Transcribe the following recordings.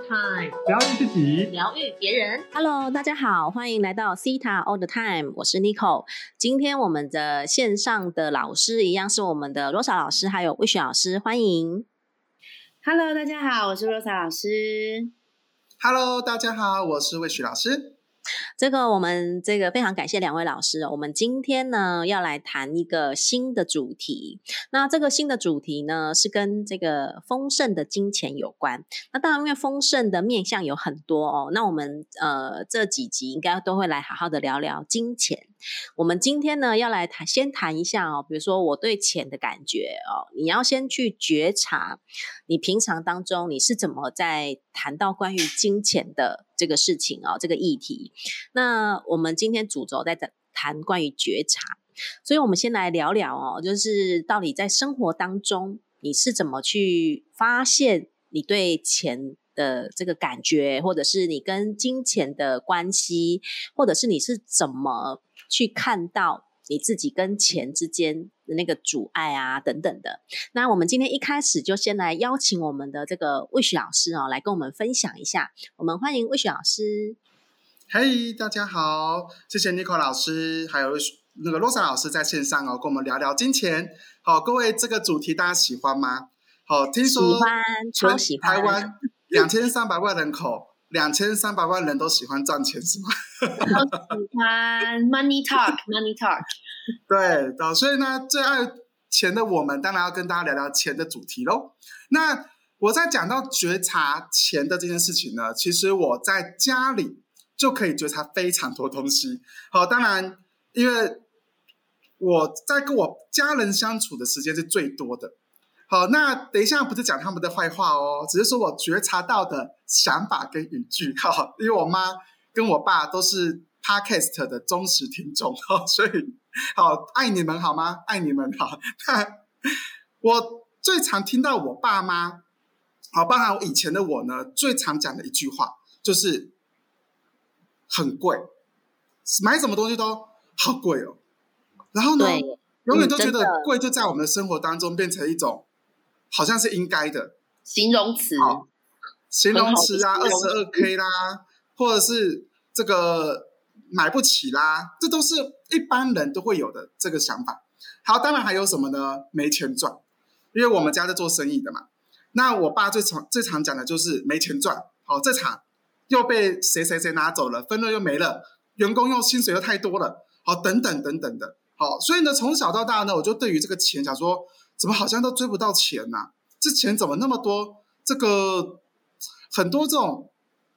Time， 疗愈自己， 疗愈别人。 Hello， 大家好，欢迎来到 Sita All the Time， 我是 Nicole。今天我们的线上的老师一样是我们的 Rosa 老师，还有Wish 老师，欢迎。 Hello， 大家好，我是 Rosa 老师。 Hello， 大家好，我是Wish老师。 我们非常感谢两位老师我们今天呢要来谈一个新的主题。那这个新的主题呢是跟这个丰盛的金钱有关。那当然因为丰盛的面向有很多那我们这几集应该都会来好好的聊聊金钱。我们今天呢要来先谈一下比如说我对钱的感觉你要先去觉察你平常当中你是怎么在谈到关于金钱的这个事情这个议题。那我们今天主轴在谈关于觉察，所以我们先来聊聊就是到底在生活当中你是怎么去发现你对钱的这个感觉，或者是你跟金钱的关系，或者是你是怎么去看到你自己跟钱之间的那个阻碍啊等等的。那我们今天一开始就先来邀请我们的这个Wish老师来跟我们分享一下。我们欢迎Wish老师。 嘿，大家好，谢谢 Nicole 老师还有那个 Rosa 老师在线上跟我们聊聊金钱。好，各位这个主题大家喜欢吗？好，听说喜欢，超喜欢。 台湾2300万人口，2300万人都喜欢赚钱是吗？ 超喜欢 Money Talk。 对，所以呢最爱钱的我们当然要跟大家聊聊钱的主题咯。那我在讲到觉察钱的这件事情呢，其实我在家里就可以觉察非常多东西。好，当然因为我在跟我家人相处的时间是最多的。好，那等一下不是讲他们的坏话只是说我觉察到的想法跟语句。好，因为我妈跟我爸都是 Podcast 的忠实听众，所以好爱你们好吗？爱你们好。那我最常听到我爸妈，好，包含我以前的我呢，最常讲的一句话就是很贵，买什么东西都好贵然后呢永远都觉得贵就在我们的生活当中变成一种好像是应该的形容词啊，22K 啦，或者是这个买不起啦，这都是一般人都会有的这个想法。好，当然还有什么呢？没钱赚，因为我们家在做生意的嘛。那我爸最常讲的就是没钱赚。好，这场又被谁拿走了，分润又没了，员工又薪水又太多了，好，等等等等的。好，所以呢从小到大呢，我就对于这个钱想说，怎么好像都追不到钱啊，这钱怎么那么多，这个很多这种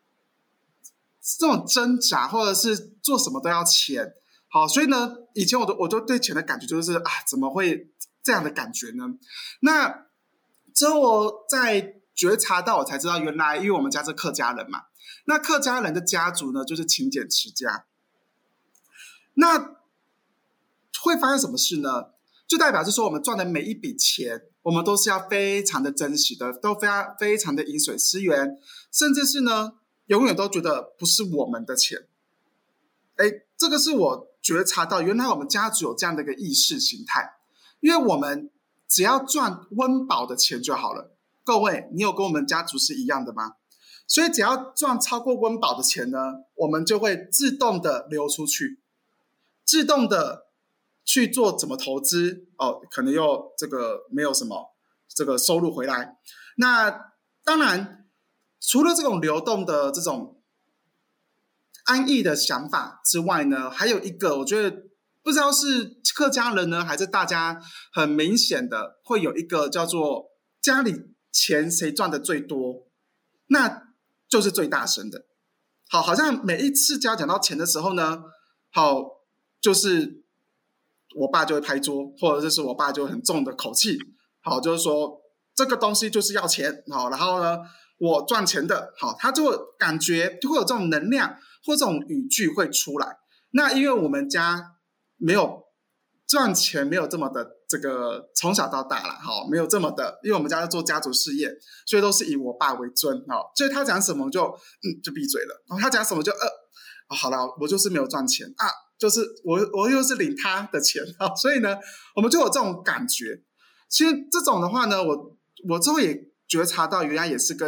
挣扎，或者是做什么都要钱。好，所以呢以前我都对钱的感觉就是怎么会这样的感觉呢？那之后我在觉察到，我才知道原来因为我们家是客家人嘛，那客家人的家族呢就是勤俭持家。那会发生什么事呢？就代表是说我们赚的每一笔钱，我们都是要非常的珍惜的，都非常的饮水思源，甚至是呢永远都觉得不是我们的钱。这个是我觉察到原来我们家族有这样的一个意识形态，因为我们只要赚温饱的钱就好了。各位，你有跟我们家族是一样的吗？所以只要赚超过温饱的钱呢，我们就会自动的流出去，自动的去做怎么投资可能又这个没有什么这个收入回来。那当然除了这种流动的这种安逸的想法之外呢，还有一个我觉得不知道是客家人呢还是大家很明显的会有一个叫做家里钱谁赚的最多，那就是最大声的。好像每一次只要讲到钱的时候呢，好就是我爸就会拍桌，或者是我爸就会很重的口气，好就是说这个东西就是要钱。好，然后呢我赚钱的，好他就感觉就会有这种能量或这种语句会出来。那因为我们家没有赚钱，没有这么的这个从小到大啦，没有这么的，因为我们家在做家族事业，所以都是以我爸为尊。所以他讲什么就闭嘴了，然后他讲什么就好了，我就是没有赚钱就是我又是领他的钱所以呢我们就有这种感觉。其实这种的话呢，我之后也觉察到原来也是跟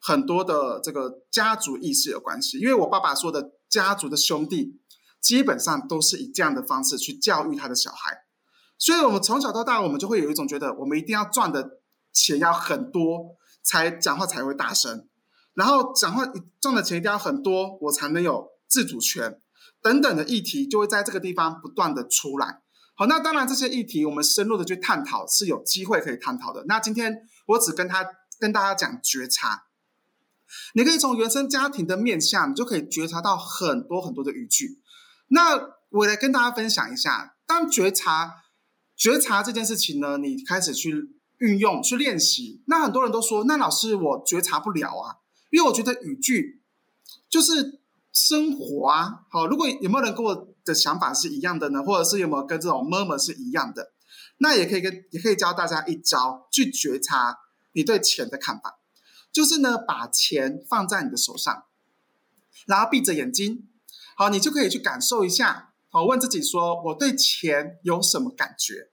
很多的这个家族意识有关系，因为我爸爸说的家族的兄弟基本上都是以这样的方式去教育他的小孩，所以我们从小到大我们就会有一种觉得我们一定要赚的钱要很多才讲话才会大声，然后讲话赚的钱一定要很多我才能有自主权等等的议题就会在这个地方不断的出来。好，那当然这些议题我们深入的去探讨是有机会可以探讨的，那今天我只跟大家讲觉察，你可以从原生家庭的面向你就可以觉察到很多很多的语句。那我来跟大家分享一下，当觉察这件事情呢，你开始去运用去练习，那很多人都说那老师我觉察不了啊，因为我觉得语句就是生活啊。好，如果有没有人跟我的想法是一样的呢？或者是有没有跟这种 murmur 是一样的？那也可以教大家一招去觉察你对钱的看法，就是呢把钱放在你的手上，然后闭着眼睛，好，你就可以去感受一下，好，问自己说我对钱有什么感觉？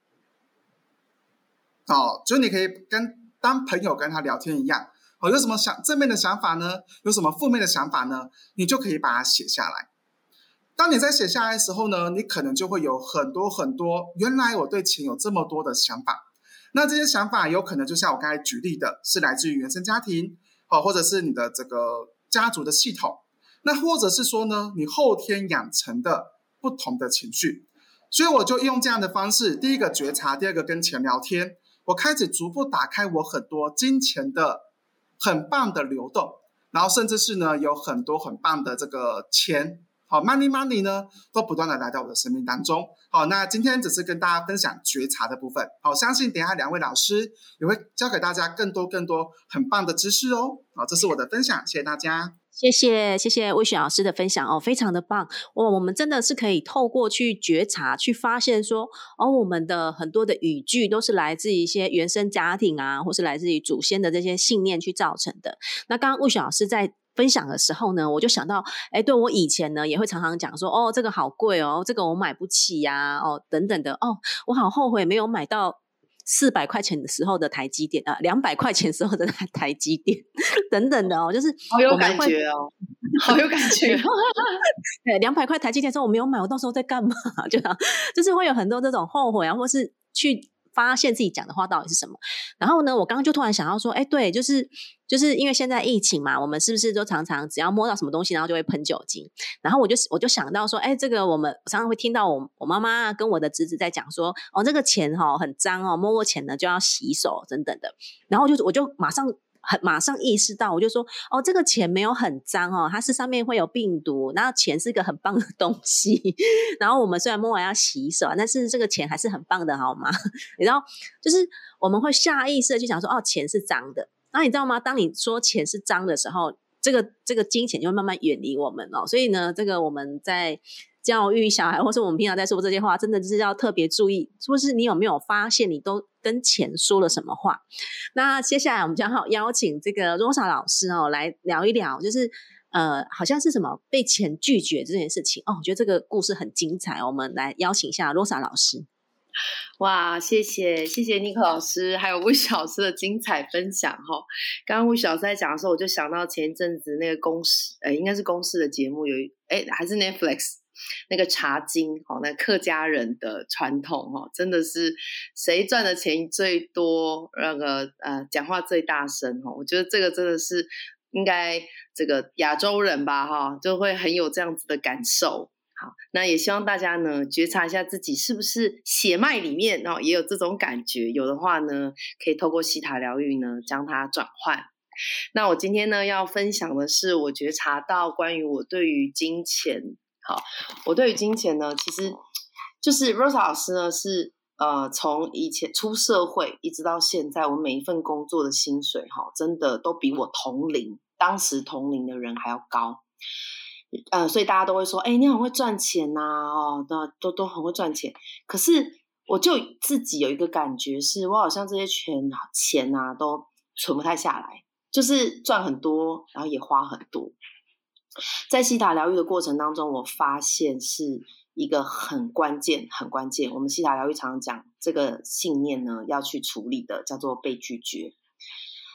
好，就你可以当朋友跟他聊天一样，好，有什么正面的想法呢？有什么负面的想法呢？你就可以把它写下来。当你在写下来的时候呢，你可能就会有很多很多，原来我对钱有这么多的想法。那这些想法有可能就像我刚才举例的，是来自于原生家庭，或者是你的这个家族的系统，那或者是说呢，你后天养成的不同的情绪。所以我就用这样的方式，第一个觉察，第二个跟钱聊天，我开始逐步打开我很多金钱的很棒的流动，然后甚至是呢有很多很棒的这个钱，好 money 呢都不断的来到我的生命当中。好，那今天只是跟大家分享觉察的部分，好，相信等一下两位老师也会教给大家更多很棒的知识哦。好，这是我的分享，谢谢大家。 谢谢魏雪老师的分享哦，非常的棒哦。我们真的是可以透过去觉察，去发现说我们的很多的语句都是来自一些原生家庭啊，或是来自于祖先的这些信念去造成的。那刚刚魏雪老师在分享的时候呢，我就想到对，我以前呢也会常常讲说这个好贵哦，这个我买不起呀，等等的我好后悔没有买到400块钱的时候的台积电200块钱时候的台积电等等的就是好有感觉哦，好有感觉对，200块台积电的时候我没有买，我到时候在干嘛？就是会有很多这种后悔啊，或是去发现自己讲的话到底是什么。然后呢，我刚刚就突然想到说对，就是因为现在疫情嘛，我们是不是都常常只要摸到什么东西然后就会喷酒精，然后我就想到说这个我常常会听到我妈妈跟我的侄子在讲说这个钱很脏摸过钱呢就要洗手等等的，然后我就马上意识到，我就说这个钱没有很脏它是上面会有病毒，然后钱是一个很棒的东西然后我们虽然摸完要洗手，但是这个钱还是很棒的好吗？然后就是我们会下意识的去想说钱是脏的，那你知道吗？当你说钱是脏的时候，这个金钱就会慢慢远离我们所以呢，这个我们在教育小孩，或是我们平常在说这些话，真的就是要特别注意，说是你有没有发现你都跟钱说了什么话。那接下来我们将邀请这个 Rosa 老师来聊一聊，就是好像是什么被钱拒绝这件事情我觉得这个故事很精彩我们来邀请一下 Rosa 老师。 哇，谢谢 Nico 老师还有魏雪老师的精彩分享刚刚魏雪老师在讲的时候，我就想到前一阵子那个公视应该是公视的节目，有还是 Netflix 那个茶经那客家人的传统真的是谁赚的钱最多，那个讲话最大声我觉得这个真的是应该这个亚洲人吧就会很有这样子的感受。好，那也希望大家呢觉察一下自己是不是血脉里面也有这种感觉，有的话呢可以透过西塔疗愈呢将它转换。那我今天呢要分享的是我觉察到关于我对于金钱，我对于金钱呢其实就是 Rosa 老师呢是从以前出社会一直到现在，我每一份工作的薪水真的都比我当时同龄的人还要高。所以大家都会说你很会赚钱都很会赚钱。可是我就自己有一个感觉是，我好像这些钱都存不太下来，就是赚很多然后也花很多。在西塔疗愈的过程当中，我发现是一个很关键我们西塔疗愈常常讲这个信念呢要去处理的，叫做被拒绝。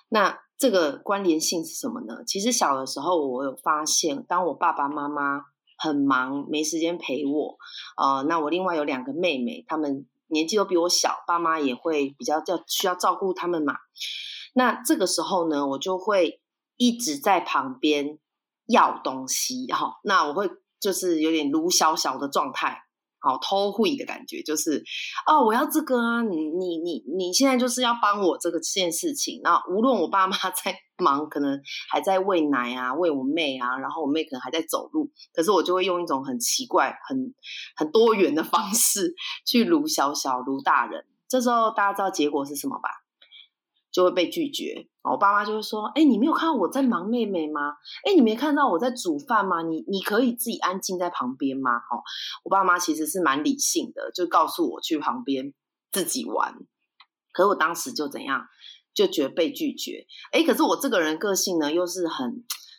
那这个关联性是什么呢？其实小的时候我有发现，当我爸爸妈妈很忙没时间陪我，那我另外有2个妹妹，她们年纪都比我小，爸妈也会比较需要照顾她们嘛。那这个时候呢，我就会一直在旁边要东西，那我会就是有点卢小小的状态，偷会的感觉，就是我要这个啊，你现在就是要帮我这件事情。那无论我爸妈在忙，可能还在喂奶啊，喂我妹啊，然后我妹可能还在走路，可是我就会用一种很奇怪、很多元的方式去卢小小、卢大人。这时候大家知道结果是什么吧？就会被拒绝。我爸妈就会说，你没有看到我在忙妹妹吗？你没看到我在煮饭吗？你可以自己安静在旁边吗？我爸妈其实是蛮理性的，就告诉我去旁边自己玩。可是我当时就怎样，就觉得被拒绝。可是我这个人个性呢，又是很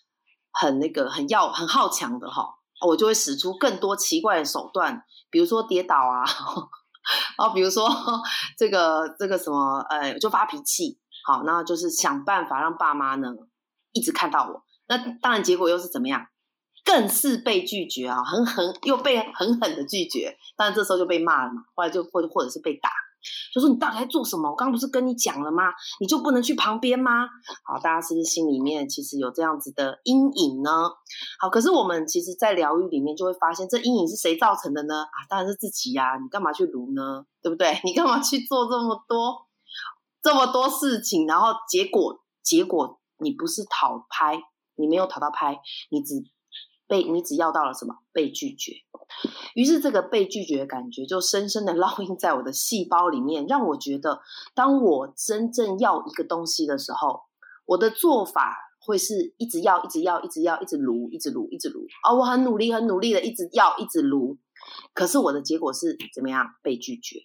好强的我就会使出更多奇怪的手段，比如说跌倒啊，然后比如说这个什么就发脾气。好，那就是想办法让爸妈呢一直看到我。那当然结果又是怎么样？更是被拒绝啊，又被狠狠的拒绝。当然这时候就被骂了嘛，后来就或者是被打，就说你到底在做什么？我刚刚不是跟你讲了吗？你就不能去旁边吗？好，大家是不是心里面其实有这样子的阴影呢？好，可是我们其实在疗愈里面就会发现，这阴影是谁造成的呢？当然是自己啊，你干嘛去撸呢？对不对？你干嘛去做这么多事情，然后结果你不是讨拍，你没有讨到拍，你只要到了什么？被拒绝。于是这个被拒绝的感觉就深深的烙印在我的细胞里面，让我觉得当我真正要一个东西的时候，我的做法会是一直要一直撸我很努力的一直要一直撸，可是我的结果是怎么样？被拒绝。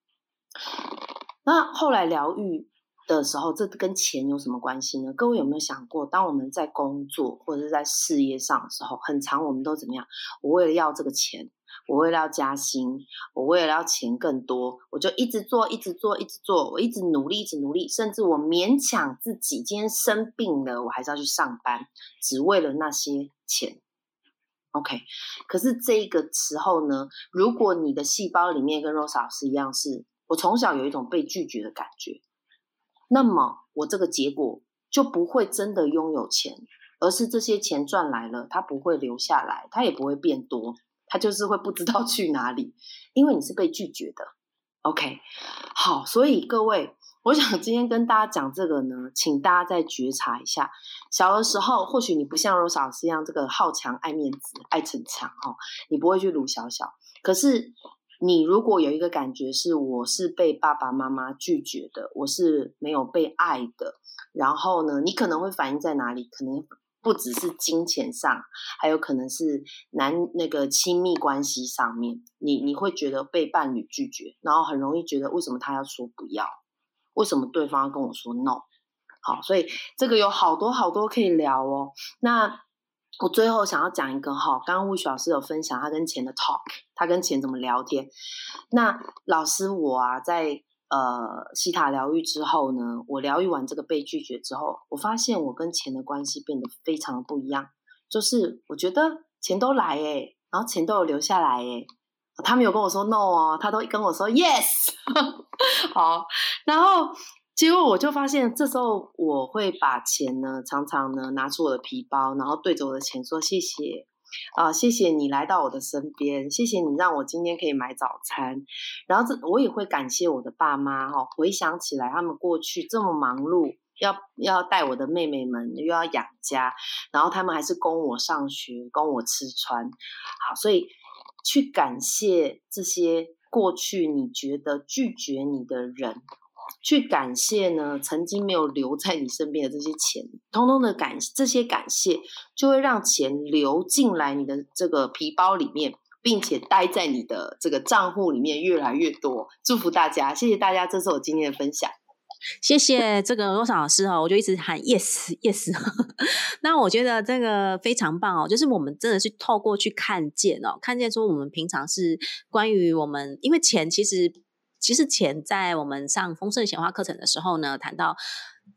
那后来疗愈的时候，这跟钱有什么关系呢？各位有没有想过，当我们在工作或者是在事业上的时候，很常我们都怎么样？我为了要这个钱，我为了要加薪，我为了要钱更多，我就一直做，我一直努力，甚至我勉强自己，今天生病了，我还是要去上班，只为了那些钱。OK， 可是这个时候呢，如果你的细胞里面跟 Rosa 老师一样，是我从小有一种被拒绝的感觉，那么我这个结果就不会真的拥有钱，而是这些钱赚来了，它不会留下来，它也不会变多，它就是会不知道去哪里，因为你是被拒绝的。OK， 好，所以各位，我想今天跟大家讲这个呢，请大家再觉察一下，小的时候或许你不像 Rosa 老师一样这个好强、爱面子、爱逞强你不会去撸小小，可是你如果有一个感觉是我是被爸爸妈妈拒绝的，我是没有被爱的，然后呢，你可能会反映在哪里？可能不只是金钱上，还有可能是那个亲密关系上面，你会觉得被伴侣拒绝，然后很容易觉得为什么他要说不要，为什么对方要跟我说 no。 好，所以这个有好多可以聊哦。那我最后想要讲一个刚刚Wish老师有分享他跟钱的 talk， 他跟钱怎么聊天。那老师我在西塔疗愈之后呢，我疗愈完这个被拒绝之后，我发现我跟钱的关系变得非常不一样，就是我觉得钱都来然后钱都有留下来他没有跟我说 no 他都跟我说 yes 好，然后结果我就发现这时候我会把钱呢常常呢拿出我的皮包，然后对着我的钱说谢谢谢谢你来到我的身边，谢谢你让我今天可以买早餐。然后我也会感谢我的爸妈回想起来他们过去这么忙碌，要带我的妹妹们，又要养家，然后他们还是供我上学，供我吃穿。好，所以去感谢这些过去你觉得拒绝你的人，去感谢呢曾经没有留在你身边的这些钱，通通的这些感谢就会让钱流进来你的这个皮包里面，并且待在你的这个账户里面越来越多。祝福大家，谢谢大家，这是我今天的分享。 谢谢这个Rosa老师我就一直喊 yes yes 那我觉得这个非常棒就是我们真的是透过去看见看见说我们平常是关于我们，因为钱其实钱在我们上丰盛显化课程的时候呢谈到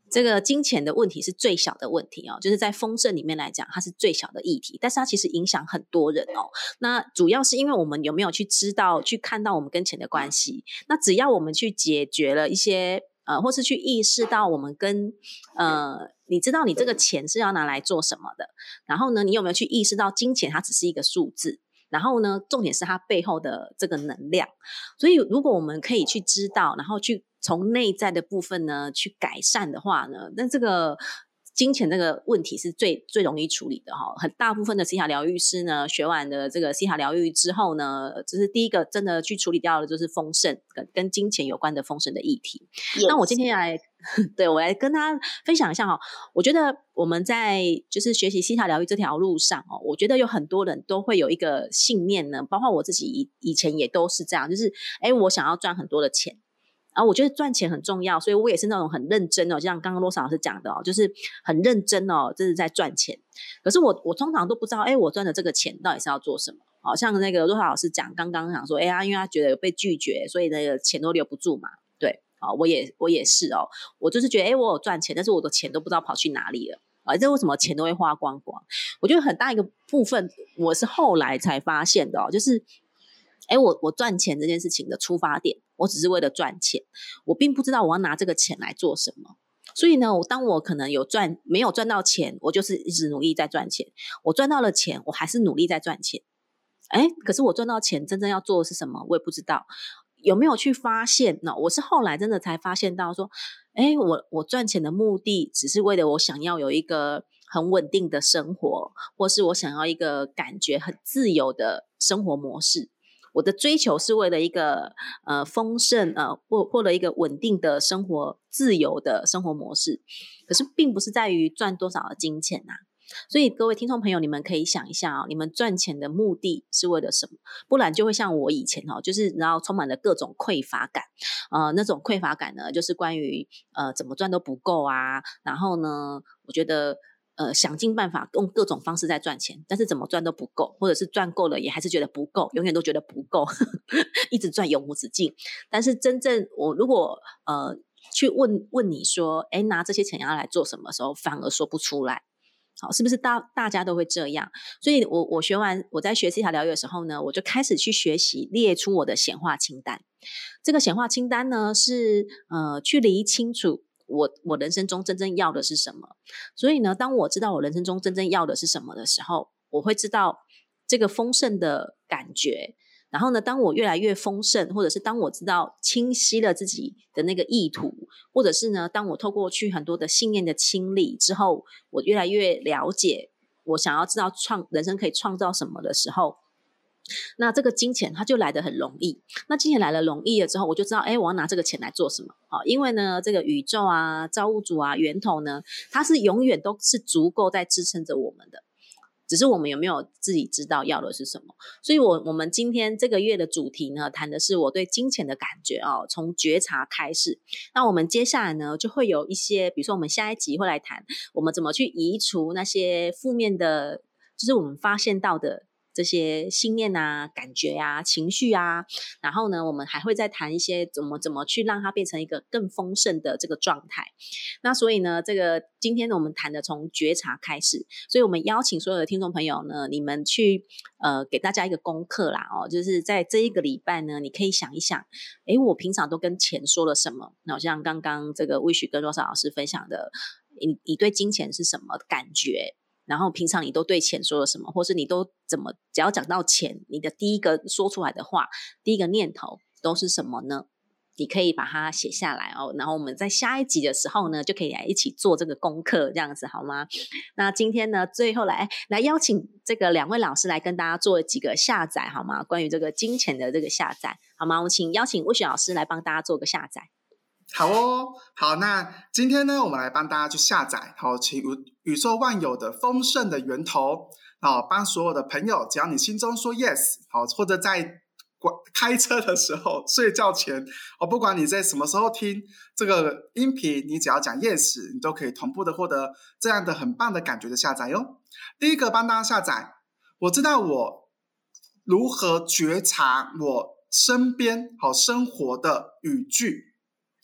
这个金钱的问题是最小的问题哦，就是在丰盛里面来讲，它是最小的议题，但是它其实影响很多人哦。那主要是因为我们有没有去知道、去看到我们跟钱的关系？那只要我们去解决了一些或是去意识到我们跟你知道你这个钱是要拿来做什么的，然后呢，你有没有去意识到金钱它只是一个数字？然后呢，重点是它背后的这个能量。所以如果我们可以去知道，然后去从内在的部分呢去改善的话呢，那这个金钱这个问题是最容易处理的哈。很大部分的西塔疗愈师呢，学完的这个西塔疗愈之后呢，这是第一个真的去处理掉的就是丰盛跟金钱有关的丰盛的议题。那我今天我来跟他分享一下哈。我觉得我们在就是学习西塔疗愈这条路上哦，我觉得有很多人都会有一个信念呢，包括我自己以前也都是这样，就是我想要赚很多的钱。然后我觉得赚钱很重要，所以我也是那种很认真哦，就像刚刚罗莎老师讲的哦，就是很认真哦，这是在赚钱。可是我通常都不知道，我赚的这个钱到底是要做什么？好像那个罗莎老师刚刚讲说，因为他觉得有被拒绝，所以那个钱都留不住嘛。对，我也是哦，我就是觉得我有赚钱，但是我的钱都不知道跑去哪里了。这为什么钱都会花光光？我觉得很大一个部分我是后来才发现的哦，就是我赚钱这件事情的出发点，我只是为了赚钱，我并不知道我要拿这个钱来做什么。所以呢，当我可能没有赚到钱，我就是一直努力在赚钱；我赚到了钱，我还是努力在赚钱。可是我赚到钱真正要做的是什么，我也不知道。有没有去发现呢？我是后来真的才发现到说，我赚钱的目的只是为了我想要有一个很稳定的生活，或是我想要一个感觉很自由的生活模式。我的追求是为了一个丰盛或者一个稳定的生活、自由的生活模式，可是并不是在于赚多少的金钱啊。所以各位听众朋友，你们可以想一下你们赚钱的目的是为了什么？不然就会像我以前就是然后充满了各种匮乏感，那种匮乏感呢，就是关于怎么赚都不够啊。然后呢，我觉得想尽办法用各种方式在赚钱，但是怎么赚都不够，或者是赚够了也还是觉得不够，永远都觉得不够一直赚永无止境。但是真正我如果去问你说拿这些钱要来做什么的时候，反而说不出来。好，是不是大家都会这样？所以我在学西塔疗愈的时候呢，我就开始去学习列出我的显化清单。这个显化清单呢是去理清楚我人生中真正要的是什么。所以呢，当我知道我人生中真正要的是什么的时候，我会知道这个丰盛的感觉。然后呢，当我越来越丰盛，或者是当我知道清晰了自己的那个意图，或者是呢，当我透过去很多的信念的清理之后，我越来越了解我想要知道人生可以创造什么的时候，那这个金钱它就来得很容易。那金钱来了容易了之后，我就知道我要拿这个钱来做什么。因为呢，这个宇宙啊、造物主啊、源头呢，它是永远都是足够在支撑着我们的。只是我们有没有自己知道要的是什么。所以我们今天这个月的主题呢，谈的是我对金钱的感觉从觉察开始。那我们接下来呢，就会有一些，比如说我们下一集会来谈我们怎么去移除那些负面的，就是我们发现到的这些信念啊、感觉啊、情绪啊。然后呢，我们还会再谈一些怎么去让它变成一个更丰盛的这个状态。那所以呢，这个今天我们谈的从觉察开始，所以我们邀请所有的听众朋友呢，你们去给大家一个功课啦就是在这一个礼拜呢，你可以想一想，我平常都跟钱说了什么？那好像刚刚这个Wish跟Rosa老师分享的，你对金钱是什么感觉？然后平常你都对钱说了什么，或是你都只要讲到钱，你的第一个说出来的话，第一个念头都是什么呢？你可以把它写下来然后我们在下一集的时候呢，就可以来一起做这个功课，这样子好吗？那今天呢，最后来邀请这个2位老师来跟大家做几个下载好吗？关于这个金钱的这个下载好吗？我们邀请Wish老师来帮大家做个下载。 好好，那今天呢，我们来帮大家去下载请宇宙万有的丰盛的源头帮所有的朋友，只要你心中说 yes 或者在开车的时候、睡觉前不管你在什么时候听这个音频，你只要讲 yes， 你都可以同步的获得这样的很棒的感觉的下载哟。第一个帮大家下载，我知道我如何觉察我身边生活的语句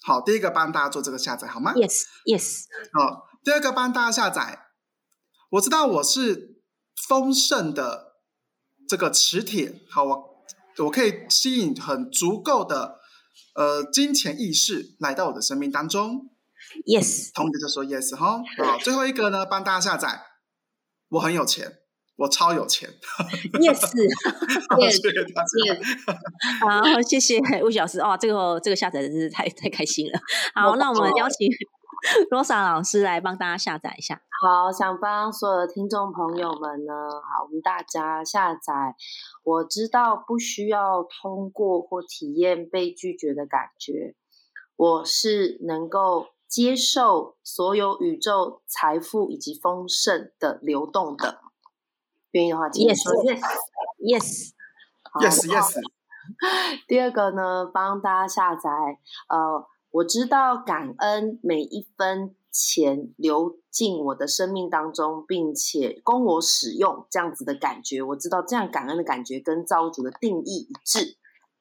好，第一个帮大家做这个下载好吗？ Yes。 好，第二个帮大家下载，我知道我是丰盛的这个磁铁，好，我可以吸引很足够的金钱意识来到我的生命当中。 Yes， 同学就说 yes 哈。好，最后一个呢，帮大家下载，我很有钱，我超有钱。 Yes， 谢谢大家。 好，谢谢魏老师哦，这个下载真是太开心了。好，那我们邀请罗莎老师来帮大家下载一下。 好，想帮所有的听众朋友们呢，好，我们大家下载。我知道不需要通过或体验被拒绝的感觉，我是能够接受所有宇宙财富以及丰盛的流动的。愿意的话，请说 yes。 yes。 第二个呢，帮大家下载，我知道感恩每一分钱流进我的生命当中，并且供我使用，这样子的感觉，我知道这样感恩的感觉跟造物主的定义一致。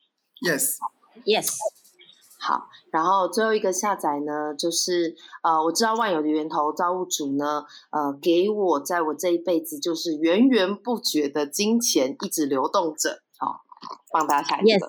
yes。 好，然后最后一个下载呢，就是我知道万有的源头造物主呢，给我在我这一辈子就是源源不绝的金钱一直流动着。好，帮大家下一个。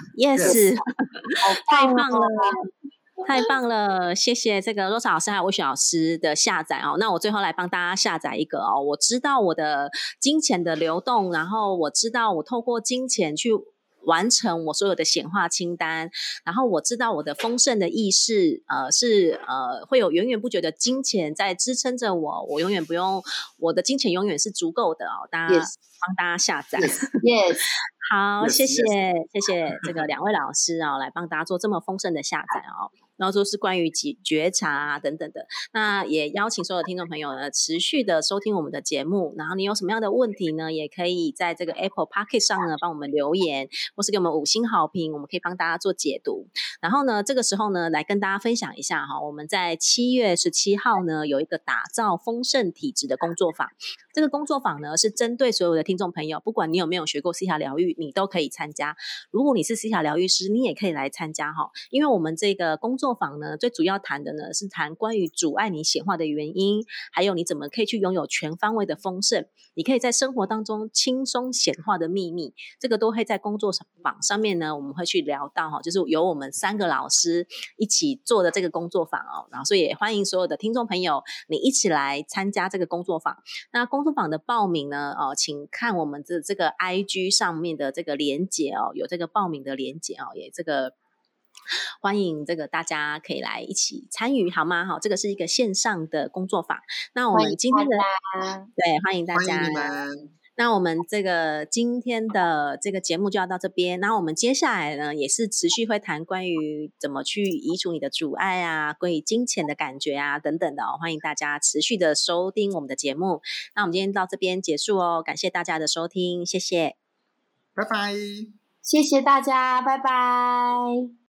yes。 太棒了。太棒了，谢谢这个罗莎老师还有魏雪老师的下载哦。那我最后来帮大家下载一个哦。我知道我的金钱的流动，然后我知道我透过金钱去完成我所有的显化清单，然后我知道我的丰盛的意识是会有源源不绝的金钱在支撑着我永远不用，我的金钱永远是足够的哦。大家帮大家下载 yes。 好，谢谢这个两位老师哦，来帮大家做这么丰盛的下载哦。然后都是关于觉察啊等等的。那也邀请所有的听众朋友呢，持续的收听我们的节目。然后你有什么样的问题呢，也可以在这个 Apple Podcast 上呢帮我们留言，或是给我们5星好评，我们可以帮大家做解读。然后呢，这个时候呢，来跟大家分享一下哈，我们在7月17号呢有一个打造丰盛体质的工作坊。这个工作坊呢是针对所有的听众朋友，不管你有没有学过西塔疗愈，你都可以参加。如果你是西塔疗愈师，你也可以来参加哈，因为我们这个工作坊呢，最主要谈的呢是谈关于阻碍你显化的原因，还有你怎么可以去拥有全方位的丰盛，你可以在生活当中轻松显化的秘密，这个都会在工作坊上面呢，我们会去聊到哈，就是由我们3个老师一起做的这个工作坊哦，然后所以也欢迎所有的听众朋友，你一起来参加这个工作坊。那工作坊的报名呢，请看我们的这个 IG 上面的这个连结哦，有这个报名的连结哦，也这个欢迎这个大家可以来一起参与好吗？好，这个是一个线上的工作坊。那我们今天的对，欢迎大家， 欢迎你们。 那我们这个今天的这个节目就要到这边，那我们接下来呢也是持续会谈关于怎么去移除你的阻碍啊，关于金钱的感觉啊等等的哦，欢迎大家持续的收听我们的节目。那我们今天到这边结束哦，感谢大家的收听，谢谢， 拜拜， 谢谢大家，拜拜。